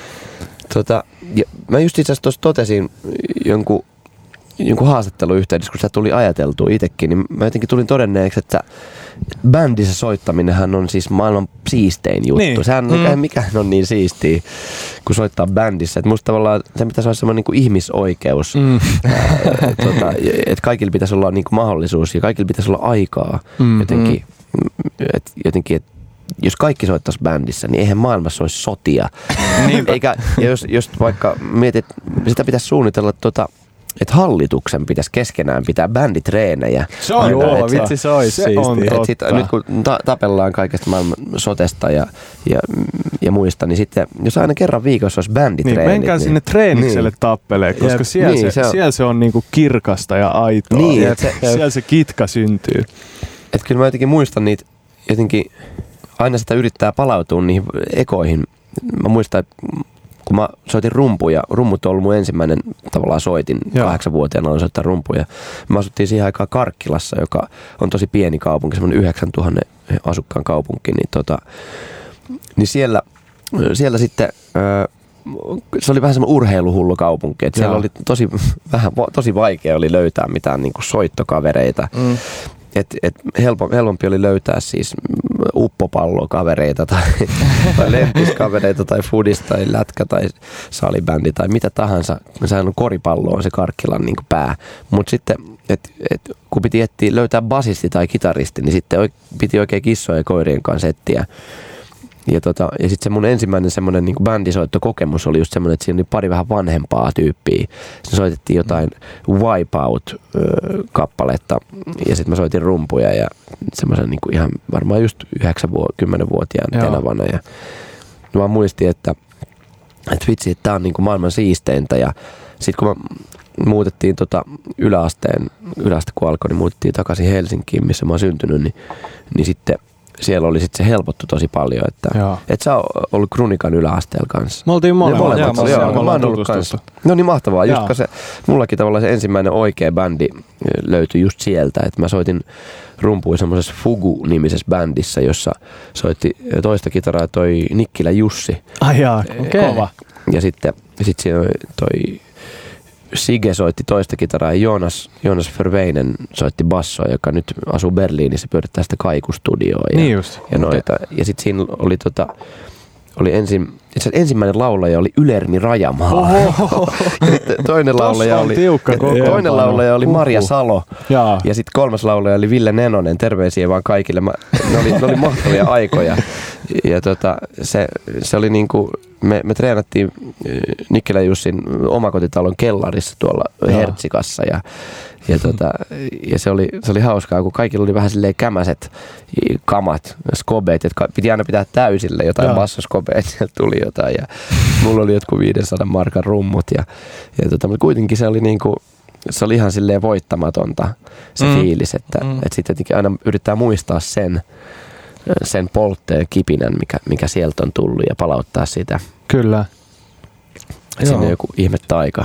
Tota, mä just itse asiassa tuossa totesin jonkun, jonkun haastattelun yhteydessä, kun sitä tuli ajateltua itsekin, niin mä jotenkin tulin todenneeksi, että bändissä soittaminenhan on siis maailman siistein juttu. Niin. Sehän mm. mikään on niin siistiä, kun soittaa bändissä. Et musta tavallaan se pitäisi olla semmoinen niin ihmisoikeus, mm. tota, että kaikilla pitäisi olla niin kuin mahdollisuus ja kaikilla pitäisi olla aikaa mm. jotenkin, et, jotenkin et, jos kaikki soittaisi bändissä, niin eihän maailmassa olisi sotia. Eikä, ja jos, jos vaikka mietit, sitä pitäisi suunnitella tota, että hallituksen pitäisi keskenään pitää bänditreenejä. Se on joo, vitsi se olisi siistiä. Nyt kun ta- tapellaan kaikesta maailman sotesta ja, ja, ja muista, niin sitten jos aina kerran viikossa olisi bänditreenit. Niin, menkää niin, sinne treenikselle niin. tappelee, koska Jep, siellä, niin, se, se on, siellä se on niinku kirkasta ja aitoa. Niin, ja se, siellä se kitka syntyy. Et kyllä mä jotenkin muistan niitä, jotenkin aina sitä yrittää palautua niihin ekoihin. Mä muistan, että kun mä soitin rumpuja, rummut on ollut mun ensimmäinen tavallaan soitin, kahdeksanvuotiaana aloin soittaa rumpuja. Me asuttiin siihen aikaan Karkkilassa, joka on tosi pieni kaupunki, semmoinen yhdeksäntuhannen asukkaan kaupunki, niin, tota, niin siellä, siellä sitten, se oli vähän semmoinen urheiluhullu kaupunki, että siellä oli tosi, vähän, tosi vaikea oli löytää mitään niin kuin soittokavereita. Mm. Et, et helpom, helpompi oli löytää siis uppopallokavereita tai, tai lempiskavereita tai fudis tai lätkä tai salibändi tai mitä tahansa. Sehän on koripallo on se Karkkilan niin kuin pää. Mutta sitten et, et, kun piti etsiä, löytää basisti tai kitaristi, niin sitten piti oikein kissojen ja koirien kanssa etsiä, Ja, tota, ja sitten se mun ensimmäinen semmoinen niin bändisoittokokemus oli just semmoinen, että siinä oli pari vähän vanhempaa tyyppiä. Sitten soitettiin jotain Wipeout-kappaletta ja sitten mä soitin rumpuja ja semmoisen niin ihan varmaan just yhdeksän-kymmenvuotiaan tenavana. Ja mä muistin, että, että vitsi, että tää on niin kuin maailman siisteintä. Ja sitten kun mä muutettiin tota yläasteen, yläaste kun alkoi, niin muutettiin takaisin Helsinkiin, missä mä oon syntynyt, niin, niin sitten siellä oli sitten se helpottu tosi paljon, että et sä oot ollut Krunikan yläasteella kanssa. Me oltiin molemmat. Joo, joo, joo, mä oon ollut kanssa. No niin mahtavaa, just se, mullakin tavallaan se ensimmäinen oikea bändi löytyi just sieltä, että mä soitin rumpuja semmoisessa Fugu-nimisessä bändissä, jossa soitti toista kitaraa toi Nikkilä Jussi. Ai jaa, okay. Kova. Ja sitten sit siinä toi Sige soitti toista kitaraa ja Joonas, Joonas Verveinen soitti bassoa, joka nyt asuu Berliinissä, pyörittää sitä kaikustudioa. Ja, niin just. Ja, noita. Okay. Ja sitten siinä oli, tota, oli ensin, itse ensimmäinen laulaja oli Ylermi Rajamaa. toinen laulaja oli, toinen laulaja oli Marja Salo. Jaa. Ja sitten kolmas laulaja oli Ville Nenonen. Terveisiä vaan kaikille. Mä, ne, oli, ne oli mahtavia aikoja. Ja tota, se, se oli niinku, me, me treenattiin Nikkilä Jussin omakotitalon kellarissa tuolla Jaa. Hertsikassa ja, ja, tota, ja se, oli, se oli hauskaa, kun kaikilla oli vähän silleen kämäset kamat, skobeet, että piti aina pitää täysille jotain bassoskobeet, sieltä tuli jotain ja mulla oli jotkut viisisataa markan rummut ja, ja tota, mutta kuitenkin se oli niinku, se oli ihan silleen voittamatonta se mm. fiilis, että mm. et sitten aina yrittää muistaa sen, sen poltteen kipinän, mikä, mikä sieltä on tullut ja palauttaa sitä. Kyllä. Siinä on joku ihme taika.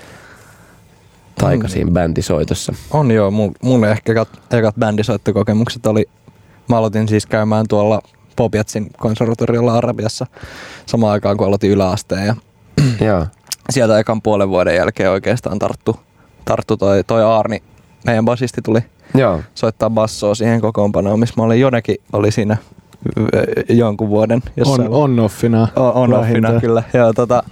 Taika on. Siinä bändisoitossa. On joo. Mun ehkä ekat, ekat bändisoittokokemukset oli, mä aloitin siis käymään tuolla Popiatsin konservatoriolla Arabiassa samaan aikaan kun aloitin yläasteen ja Joo. sieltä ekan puolen vuoden jälkeen oikeastaan tarttu, tarttu toi, toi Aarni, meidän basisti tuli Joo. soittaa bassoa siihen kokoonpanoon, missä mä olin jonnekin, oli siinä jonkun vuoden. On, on-offina. On-offina, kyllä. Joo, tota,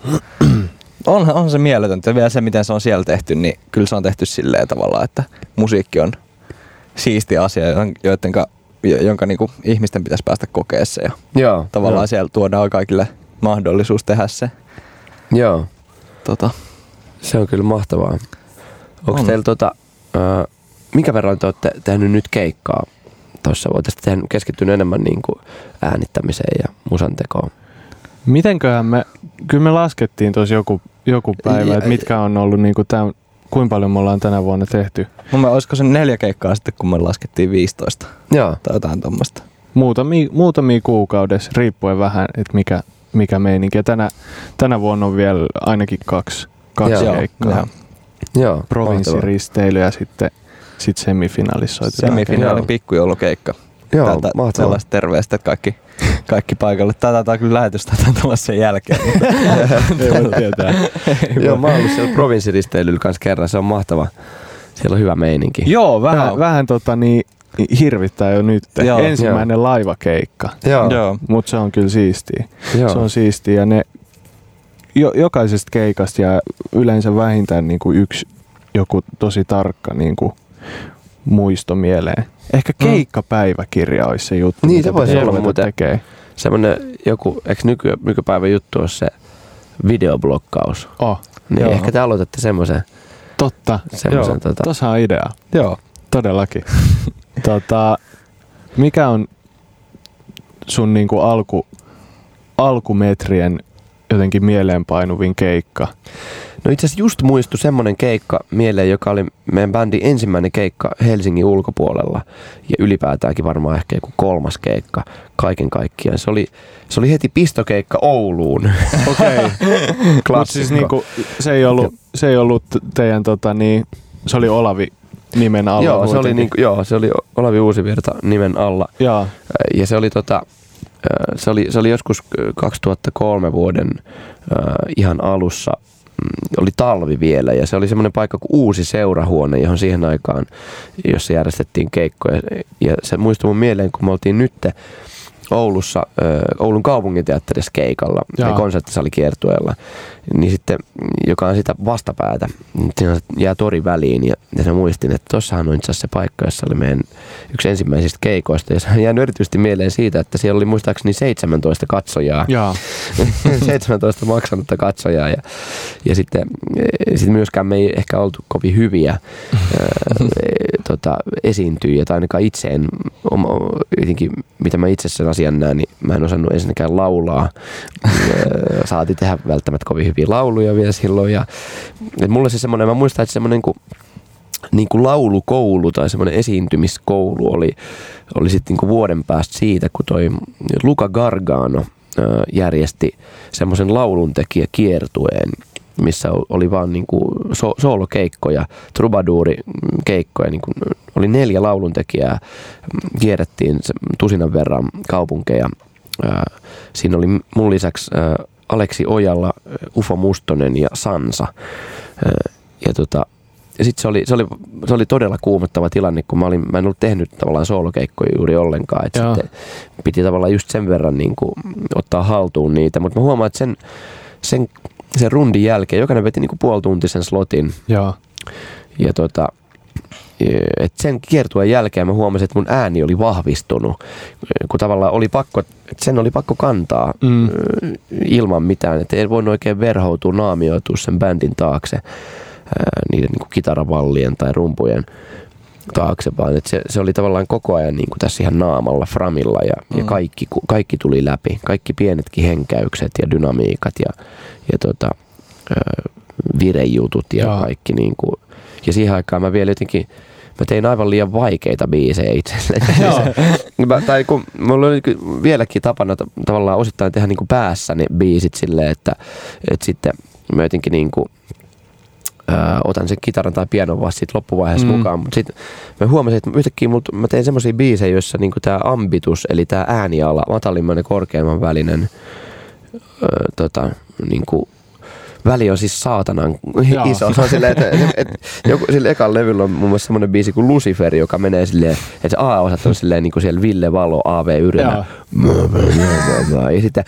on, on se mieletöntä. Vielä se, miten se on siellä tehty, niin kyllä se on tehty silleen tavalla, että musiikki on siisti asia, joidenka, jonka niinku ihmisten pitäisi päästä kokea se. Ja Joo, tavallaan jo. siellä tuodaan kaikille mahdollisuus tehdä se. Joo. Tota. Se on kyllä mahtavaa. Onko on. teillä tota... Äh, minkä verran te olette tehnyt nyt keikkaa? Tuossa voitaisiin keskittynyt enemmän niin kuin äänittämiseen ja musantekoon. Mitenköhän me, kyllä me laskettiin tuossa joku, joku päivä, että mitkä on ollut, niin kuin tämän, kuinka paljon me ollaan tänä vuonna tehty. Mun mielestä olisiko se neljä keikkaa sitten, kun me laskettiin viisitoista. Joo. Tai jotain tuommoista. Muutamia, muutamia kuukaudessa, riippuen vähän, että mikä, mikä meininki. Ja tänä, tänä vuonna on vielä ainakin kaksi, kaksi Joo. keikkaa. Joo. Joo, provinssiristeily ja sitten Sitten semifinaalissa soitetaan. Semifinaalin pikkujoulukeikka. Joo, Täältä mahtavaa. Sellaiset terveistä, että kaikki, kaikki paikalle. Tätä taitaa kyllä lähetystä tulla sen jälkeen. Ei voi tietää. Joo, mä oon ollut siellä provinssiristeilyllä kanssa kerran. Se on mahtava. Siellä on hyvä meininki. Joo, vähän, Joo. vähän tota niin, hirvittää jo nyt. Joo. Ensimmäinen Joo. laivakeikka. Joo. Joo. Mutta se on kyllä siistiä. Joo. Se on siistiä ja ne jo, jokaisesta keikasta jää yleensä vähintään niin kuin yksi joku tosi tarkka niin kuin muisto mieleen. Ehkä keikkapäiväkirja olisi se juttu, niin, mitä se voisi olla muuten tekee. Semmoinen joku, eikö nyky, nykypäivän juttu on se videoblokkaus? Oh, niin joo. ehkä te aloitatte semmoisen. Totta. Semmoisen, tota. Tuossa on idea. Joo. Todellakin. tota, mikä on sun niinku alku, alkumetrien jotenkin mieleenpainuvin keikka? No itse asiassa just muistui semmoinen keikka mieleen, joka oli meidän bändin ensimmäinen keikka Helsingin ulkopuolella. Ja ylipäätäänkin varmaan ehkä joku kolmas keikka kaiken kaikkiaan. Se oli, se oli heti pistokeikka Ouluun. Okei. Okay. Mutta siis niinku, se, ei ollut, se ei ollut teidän, tota, niin, se oli Olavi nimen alla. Joo, se oli, niinku, joo, se oli Olavi Uusivirta nimen alla. Jaa. Ja se oli tota... Se oli, se oli joskus kaksituhattakolme vuoden äh, ihan alussa, mm, oli talvi vielä ja se oli semmoinen paikka kuin Uusi seurahuone, johon siihen aikaan, jossa järjestettiin keikkoja. Ja se muistui mun mieleen, kun me oltiin nyt Oulussa, Oulun kaupunginteatterissa keikalla ja konserttisalikiertueella, niin sitten, joka on sitä vastapäätä, siinä jää tori väliin ja, ja mä muistin, että tossahan on itse asiassa se paikka, jossa oli meidän yksi ensimmäisistä keikoista ja se on jäänyt erityisesti mieleen siitä, että siellä oli muistaakseni seitsemäntoista katsojaa, seitsemäntoista maksanutta katsojaa ja, ja sitten sit myöskään me ei ehkä oltu kovin hyviä ää, tota, esiintyjiä tai ainakaan itse en, oma, jotenkin, mitä mä itse sen asian näen, niin mä en osannut ensinnäkään laulaa. Saati tehdä välttämättä kovin hyviä lauluja vielä silloin. Ja, et mulle se semmoinen, mä muistan, että semmoinen niin niin kuin laulukoulu tai semmoinen esiintymiskoulu oli, oli sitten niin kuin vuoden päästä siitä, kun toi Luca Gargano järjesti semmoisen lauluntekijäkiertueen, missä oli vaan niin kuin so- soolokeikkoja, trubaduurikeikkoja, niin kuin oli neljä lauluntekijää, kierrettiin tusinan verran kaupunkeja. Siinä oli mun lisäksi Aleksi Ojala, Ufo Mustonen ja Sansa. Ja tota, ja sitten se oli, se, oli, se oli todella kuumottava tilanne, kun mä, olin, mä en ollut tehnyt tavallaan soolokeikkoja juuri ollenkaan. Et sitten piti tavallaan just sen verran niin kuin ottaa haltuun niitä. Mutta mä huomaan, että sen, sen, sen rundin jälkeen jokainen veti niin kuin puolituntisen slotin. Ja, ja tota, et sen kiertueen jälkeen mä huomasin, että mun ääni oli vahvistunut, kun tavallaan oli pakko, että sen oli pakko kantaa mm. ilman mitään, että ei voinut oikein verhoutua, naamioitua sen bändin taakse niiden niin kuin kitaravallien tai rumpujen taakse, vaan että se, se oli tavallaan koko ajan niin kuin tässä ihan naamalla, framilla ja, mm. ja kaikki, kaikki tuli läpi, kaikki pienetkin henkäykset ja dynamiikat ja, ja tota, virejutut ja Jaa. kaikki niin kuin. Ja siihen aikaan mä vielä jotenkin, mä tein aivan liian vaikeita biisejä itselleni. Tai kun mulla oli vieläkin tapana tavallaan osittain tehdä niin kuin päässä ne biisit silleen, että, että sitten mä jotenkin niin kuin, ää, otan sen kitaran tai pianon vasta sit loppuvaiheessa mm. mukaan. Mutta sitten mä huomasin, että yhtäkkiä multa, mä tein semmosia biisejä, joissa niin kuin tää ambitus, eli tää ääniala, matalimman ja korkeamman välinen ää, tota, niin kuin väli on siis saatanan Jaa. iso. Se on silleen, että et, joku, sillä ekalla levyllä on muun muassa semmoinen biisi kuin Lucifer, joka menee silleen, että se A-osat on silleen niin kuin siellä Ville Valo, A V Yrjönä. Ja sitten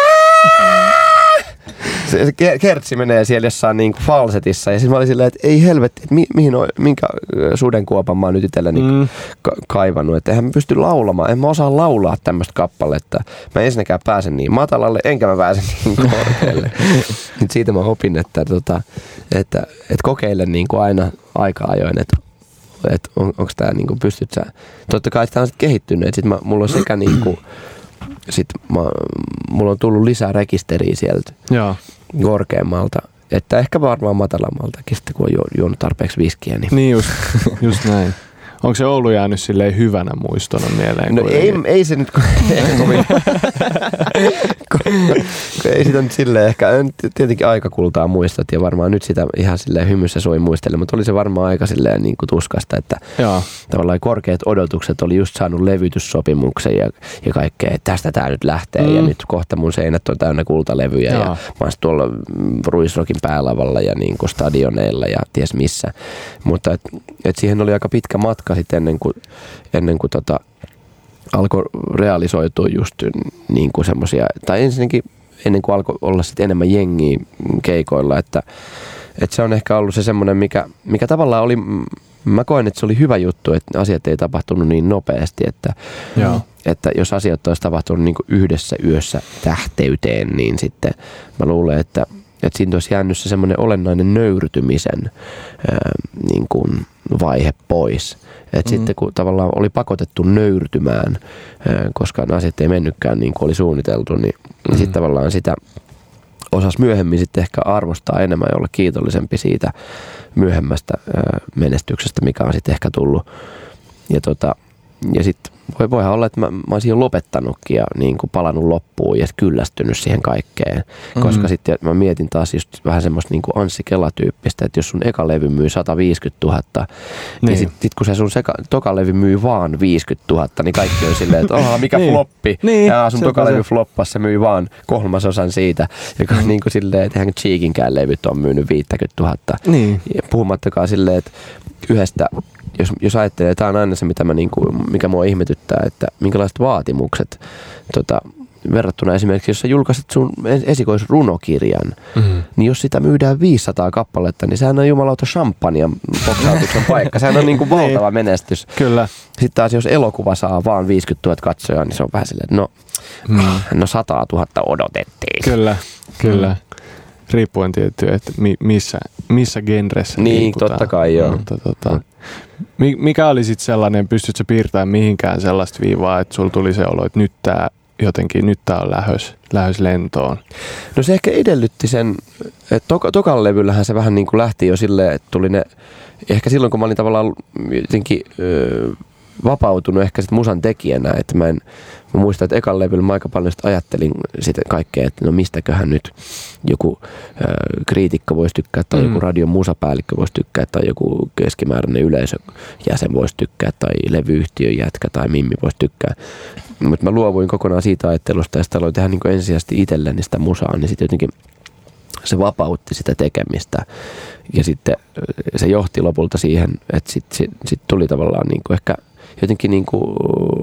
se, se kertsi menee siellä jossain niin kuin falsetissa. Ja siis mä olin silleen, että ei helvetti, että mi, mihin on, minkä sudenkuopan mä oon nyt itselleni mm. ka- kaivannut. Että eihän mä pysty laulamaan, en mä osaa laulaa tämmöistä kappaletta. Mä ensinnäkään pääsen niin matalalle, enkä mä pääsen niin korkealle. Nyt siitä mä opin, että, tota, että, että kokeile niin kuin aina aika ajoin, että, että on, onko tää niin kuin pystyt sä. Totta kai sitä on sitten kehittynyt, että sit mä, mulla on sekä niin kuin, sit mä, mulla on tullut lisää rekisteriä sieltä. Jaa. Korkeammalta, että ehkä varmaan matalammaltakin sitten, kun on juonut tarpeeksi viskiä. Niin, niin just, just näin. Onko se Oulu jäänyt silleen hyvänä muistona mieleen? No ei, ei se nyt kovin. Ei sitä nyt silleen ehkä, tietenkin aikakultaa muistat ja varmaan nyt sitä ihan silleen hymyssä soi muistelle, mutta oli se varmaan aika silleen niin kuin tuskasta, että Jaa. tavallaan korkeat odotukset oli just saanut levytyssopimuksen ja, ja kaikkea, että tästä tää nyt lähtee mm. ja nyt kohta mun seinät on täynnä kultalevyjä Jaa. ja mä oon tuolla Ruisrokin päälavalla ja niin kuin stadioneilla ja ties missä, mutta et, et siihen oli aika pitkä matka sitten ennen kuin, ennen kuin tota, alkoi realisoitua just niin kuin semmosia, tai ensinnäkin ennen kuin alkoi olla sitten enemmän jengiä keikoilla, että, että se on ehkä ollut se semmoinen, mikä, mikä tavallaan oli, mä koen, että se oli hyvä juttu, että asiat ei tapahtunut niin nopeasti, että, että jos asiat olisi tapahtunut niin kuin yhdessä yössä tähteyteen, niin sitten mä luulen, että että siinä olisi jäänyt se semmoinen olennainen nöyrtymisen ää, niin kuin vaihe pois. Et mm. sitten kun tavallaan oli pakotettu nöyrtymään, ää, koska asiat ei mennytkään niin kuin oli suunniteltu, niin mm. sitten tavallaan sitä osasi myöhemmin sitten ehkä arvostaa enemmän ja olla kiitollisempi siitä myöhemmästä ää, menestyksestä, mikä on sitten ehkä tullut. Ja, tota, ja sitten voi, voihan olla, että mä, mä olisin jo lopettanutkin ja niin kuin palannut loppuun ja kyllästynyt siihen kaikkeen. Mm-hmm. Koska sitten mä mietin taas just vähän semmoista niin kuin Anssi Kela-tyyppistä, että jos sun eka levy myy sata viisikymmentätuhatta, niin, niin sitten sit kun se sun seka, toka levy myy vaan viisikymmentätuhatta, niin kaikki on silleen, että oha, mikä niin. floppi. Niin. Ja sun toka levy floppas, se myy vaan kolmasosan siitä. Joka on mm. niin kuin silleen, että eihän Cheekinkään levyt on myynyt viisikymmentätuhatta. Niin. Ja puhumattakaan silleen, että yhdestä jos, jos ajattelee, tämä on aina se, mitä mä, niin kuin, mikä mua ihmetyttää, että minkälaiset vaatimukset tota, verrattuna esimerkiksi, jos sä julkaiset sun esikoisrunokirjan, mm-hmm. niin jos sitä myydään viisisataa kappaletta, niin sehän on jumalauta champagnen boksautuksen paikka. Sehän on niin kuin valtava menestys. Kyllä. Sitten taas jos elokuva saa vaan viisikymmentätuhatta katsojaa, niin se on vähän silleen, että no, mm. no sata tuhatta odotettiin. Kyllä, kyllä. Mm. Riippuen tietty, että mi, missä, missä genressä niin, liikutaan. totta kai joo. Mutta, tota, mikä oli sitten sellainen, pystytkö sä piirtämään mihinkään sellaista viivaa, että sulla tuli se olo, että nyt tää jotenkin, nyt tää on lähös, lähös lentoon? No se ehkä edellytti sen, että to, tokalla levyllähän se vähän niin kuin lähti jo silleen, että tuli ne, ehkä silloin kun mä olin tavallaan jotenkin öö, vapautunut ehkä sit musan tekijänä, että mä en, mä muistan, että ekan levyllä mä aika paljon sit ajattelin sitä kaikkea, että no mistäköhän nyt joku ö, kriitikko voisi tykkää, tai mm. joku radion musapäällikkö voisi tykkää, tai joku keskimääräinen yleisöjäsen voisi tykkää, tai levyyhtiön jätkä tai mimmi voisi tykkää. Mutta mä luovuin kokonaan siitä ajattelusta, ja sitä aloin tehdä niin ensisijaisesti itselleni sitä musaa, niin sitten jotenkin se vapautti sitä tekemistä. Ja sitten se johti lopulta siihen, että sitten sit, sit tuli tavallaan niin kuin ehkä jotenkin niin kuin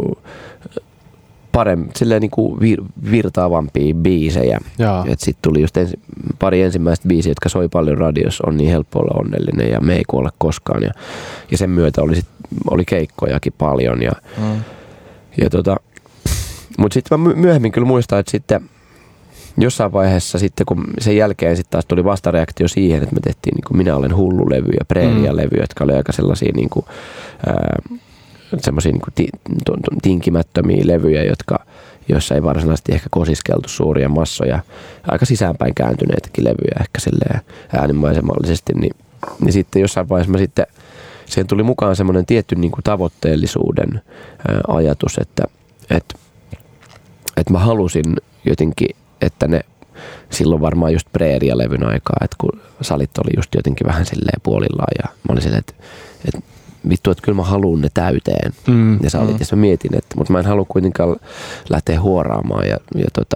paremmin, silleen niin kuin vir, virtaavampia biisejä. Että sitten tuli just ensi, pari ensimmäistä biisiä, jotka soi paljon radiossa, on niin helppo olla onnellinen ja me ei kuolla koskaan. Ja, ja sen myötä oli, sit, oli keikkojakin paljon. Ja, mm. ja tota, mutta sitten mä myöhemmin kyllä muistan, että sitten jossain vaiheessa sitten, kun sen jälkeen sitten taas tuli vastareaktio siihen, että me tehtiin niin kuin Minä olen hullu-levy ja Preeria-levy, mm. jotka oli aika sellaisia niin kuin, ää, semmoisia niin kuin ti, tinkimättömiä levyjä, jotka, joissa ei varsinaisesti ehkä kosiskeltu suuria massoja, aika sisäänpäin kääntyneitäkin levyjä ehkä silleen äänimaisemallisesti, niin, niin sitten jossain vaiheessa mä sitten, siihen tuli mukaan semmoinen tietty niin kuin tavoitteellisuuden ää, ajatus, että et, et mä halusin jotenkin, että ne silloin varmaan just Preeria-levyn aikaa, että kun salit oli just jotenkin vähän silleen puolillaan ja mä olin silleen, että, että vittu, että kyllä mä haluun ne täyteen. Mm, ja salit, mm. ja mä mietin, että mutta mä en halua kuitenkaan lähteä huoraamaan ja, ja tota,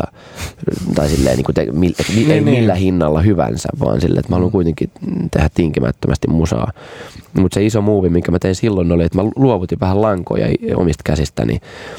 tai silleen niin kuin te, mil, että mi, niin, millä niin. hinnalla hyvänsä, vaan silleen, että mä haluan kuitenkin tehdä tinkimättömästi musaa. Mutta se iso muuvi, minkä mä tein silloin oli, että mä luovutin vähän lankoja omista käsistäni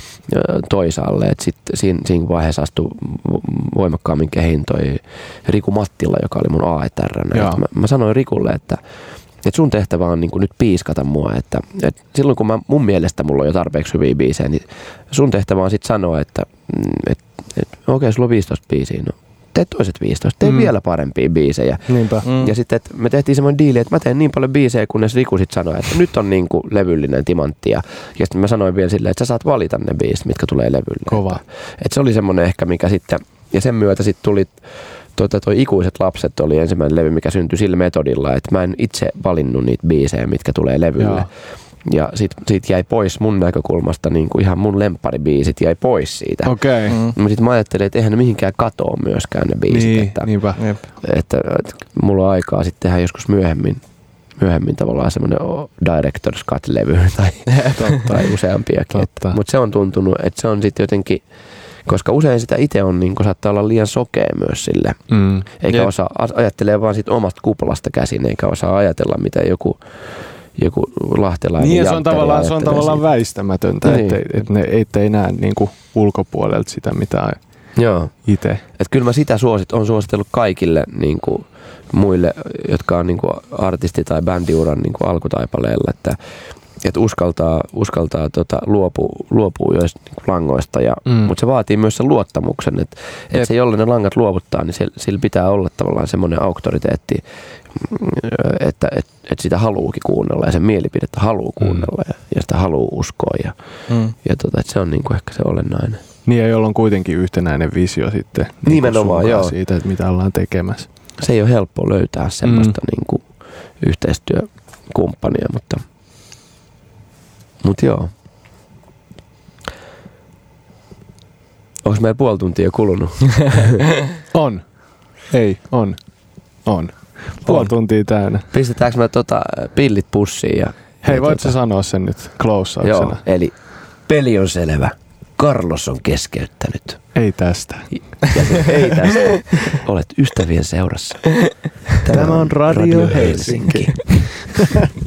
toisaalle, että sitten siinä, siinä vaiheessa astui voimakkaammin kehiin toi Riku Mattila, joka oli mun A E T R. Mä, mä sanoin Rikulle, että, että sun tehtävä on niin kuin nyt piiskata mua, että, että silloin kun mä, mun mielestä mulla on jo tarpeeksi hyviä biisejä, niin sun tehtävä on sitten sanoa, että, että, että okei, okay, sulla on viisitoista biisiä, no tee toiset viisitoista, tee mm. vielä parempia biisejä. Niinpä. Mm. Ja sitten me tehtiin semmoinen diili, että mä teen niin paljon biisejä, kunnes Riku sit sanoi, että nyt on niin kuin levyllinen timantti. Ja, ja sitten mä sanoin vielä silleen, että sä saat valita ne biisit, mitkä tulee levylle. Kova. Että, että se oli semmoinen ehkä, mikä sitten, ja sen myötä sitten tuli, tuota, toi Ikuiset lapset oli ensimmäinen levy, mikä syntyi sillä metodilla, että mä en itse valinnut niitä biisejä, mitkä tulee levylle. Joo. Ja sit, sit jäi pois mun näkökulmasta niin kuin ihan mun lempparibiisit jäi pois siitä. Okei. Okay. Mm. Mutta sit mä ajattelin, että eihän ne mihinkään katoa myöskään ne biisit. Niin, että, niinpä. Että, että, että mulla on aikaa sitten tehdä joskus myöhemmin, myöhemmin tavallaan semmoinen Director's Cut-levy tai, tai useampiakin. Mutta se on tuntunut, että se on sitten jotenkin, koska usein sitä itse on, niin saattaa olla liian sokea myös sille. Mm. Eikä Jep. osaa ajattelee vaan sit omasta kuplasta käsin, eikä osaa ajatella, mitä joku joku lahtelainen niin, se on tavallaan, se on tavallaan siitä. Väistämätöntä, niin. ettei, et ne, ettei näe niinku ulkopuolelta sitä, mitä itse. Että kyllä mä sitä suosit, on suositellut kaikille niinku, muille, jotka on niinku, artisti- tai bändiuran niinku, alkutaipaleella, että et uskaltaa, uskaltaa tota, luopua, luopua joista niinku, langoista, ja, mm. mutta se vaatii myös sen luottamuksen, että et se jolle ne langat luovuttaa, niin sillä, sillä pitää olla tavallaan semmoinen auktoriteetti, että et, et sitä haluukin kuunnella ja sen mielipidettä haluaa kuunnella mm. ja, ja sitä haluaa uskoa ja, mm. ja tota, että se on niinku ehkä se olennainen. Niin ja jolla on kuitenkin yhtenäinen visio sitten nimenomaan, joo. siitä, että mitä ollaan tekemässä. Se ei ole helppo löytää semmoista mm. niinku yhteistyökumppania, mutta, mutta joo. Onko meillä puoli tuntia kulunut? On. Ei, on. On. Puoli tuntia täynnä. Pistetäänkö me tota pillit pussiin? Ja, Hei, ja voit tota... sä sanoa sen nyt closauksena? Joo, eli peli on selvä. Carlos on keskeyttänyt. Ei tästä. Ja ei tästä. Olet ystävien seurassa. Tämä, Tämä on Radio, Radio Helsinki. Helsinki.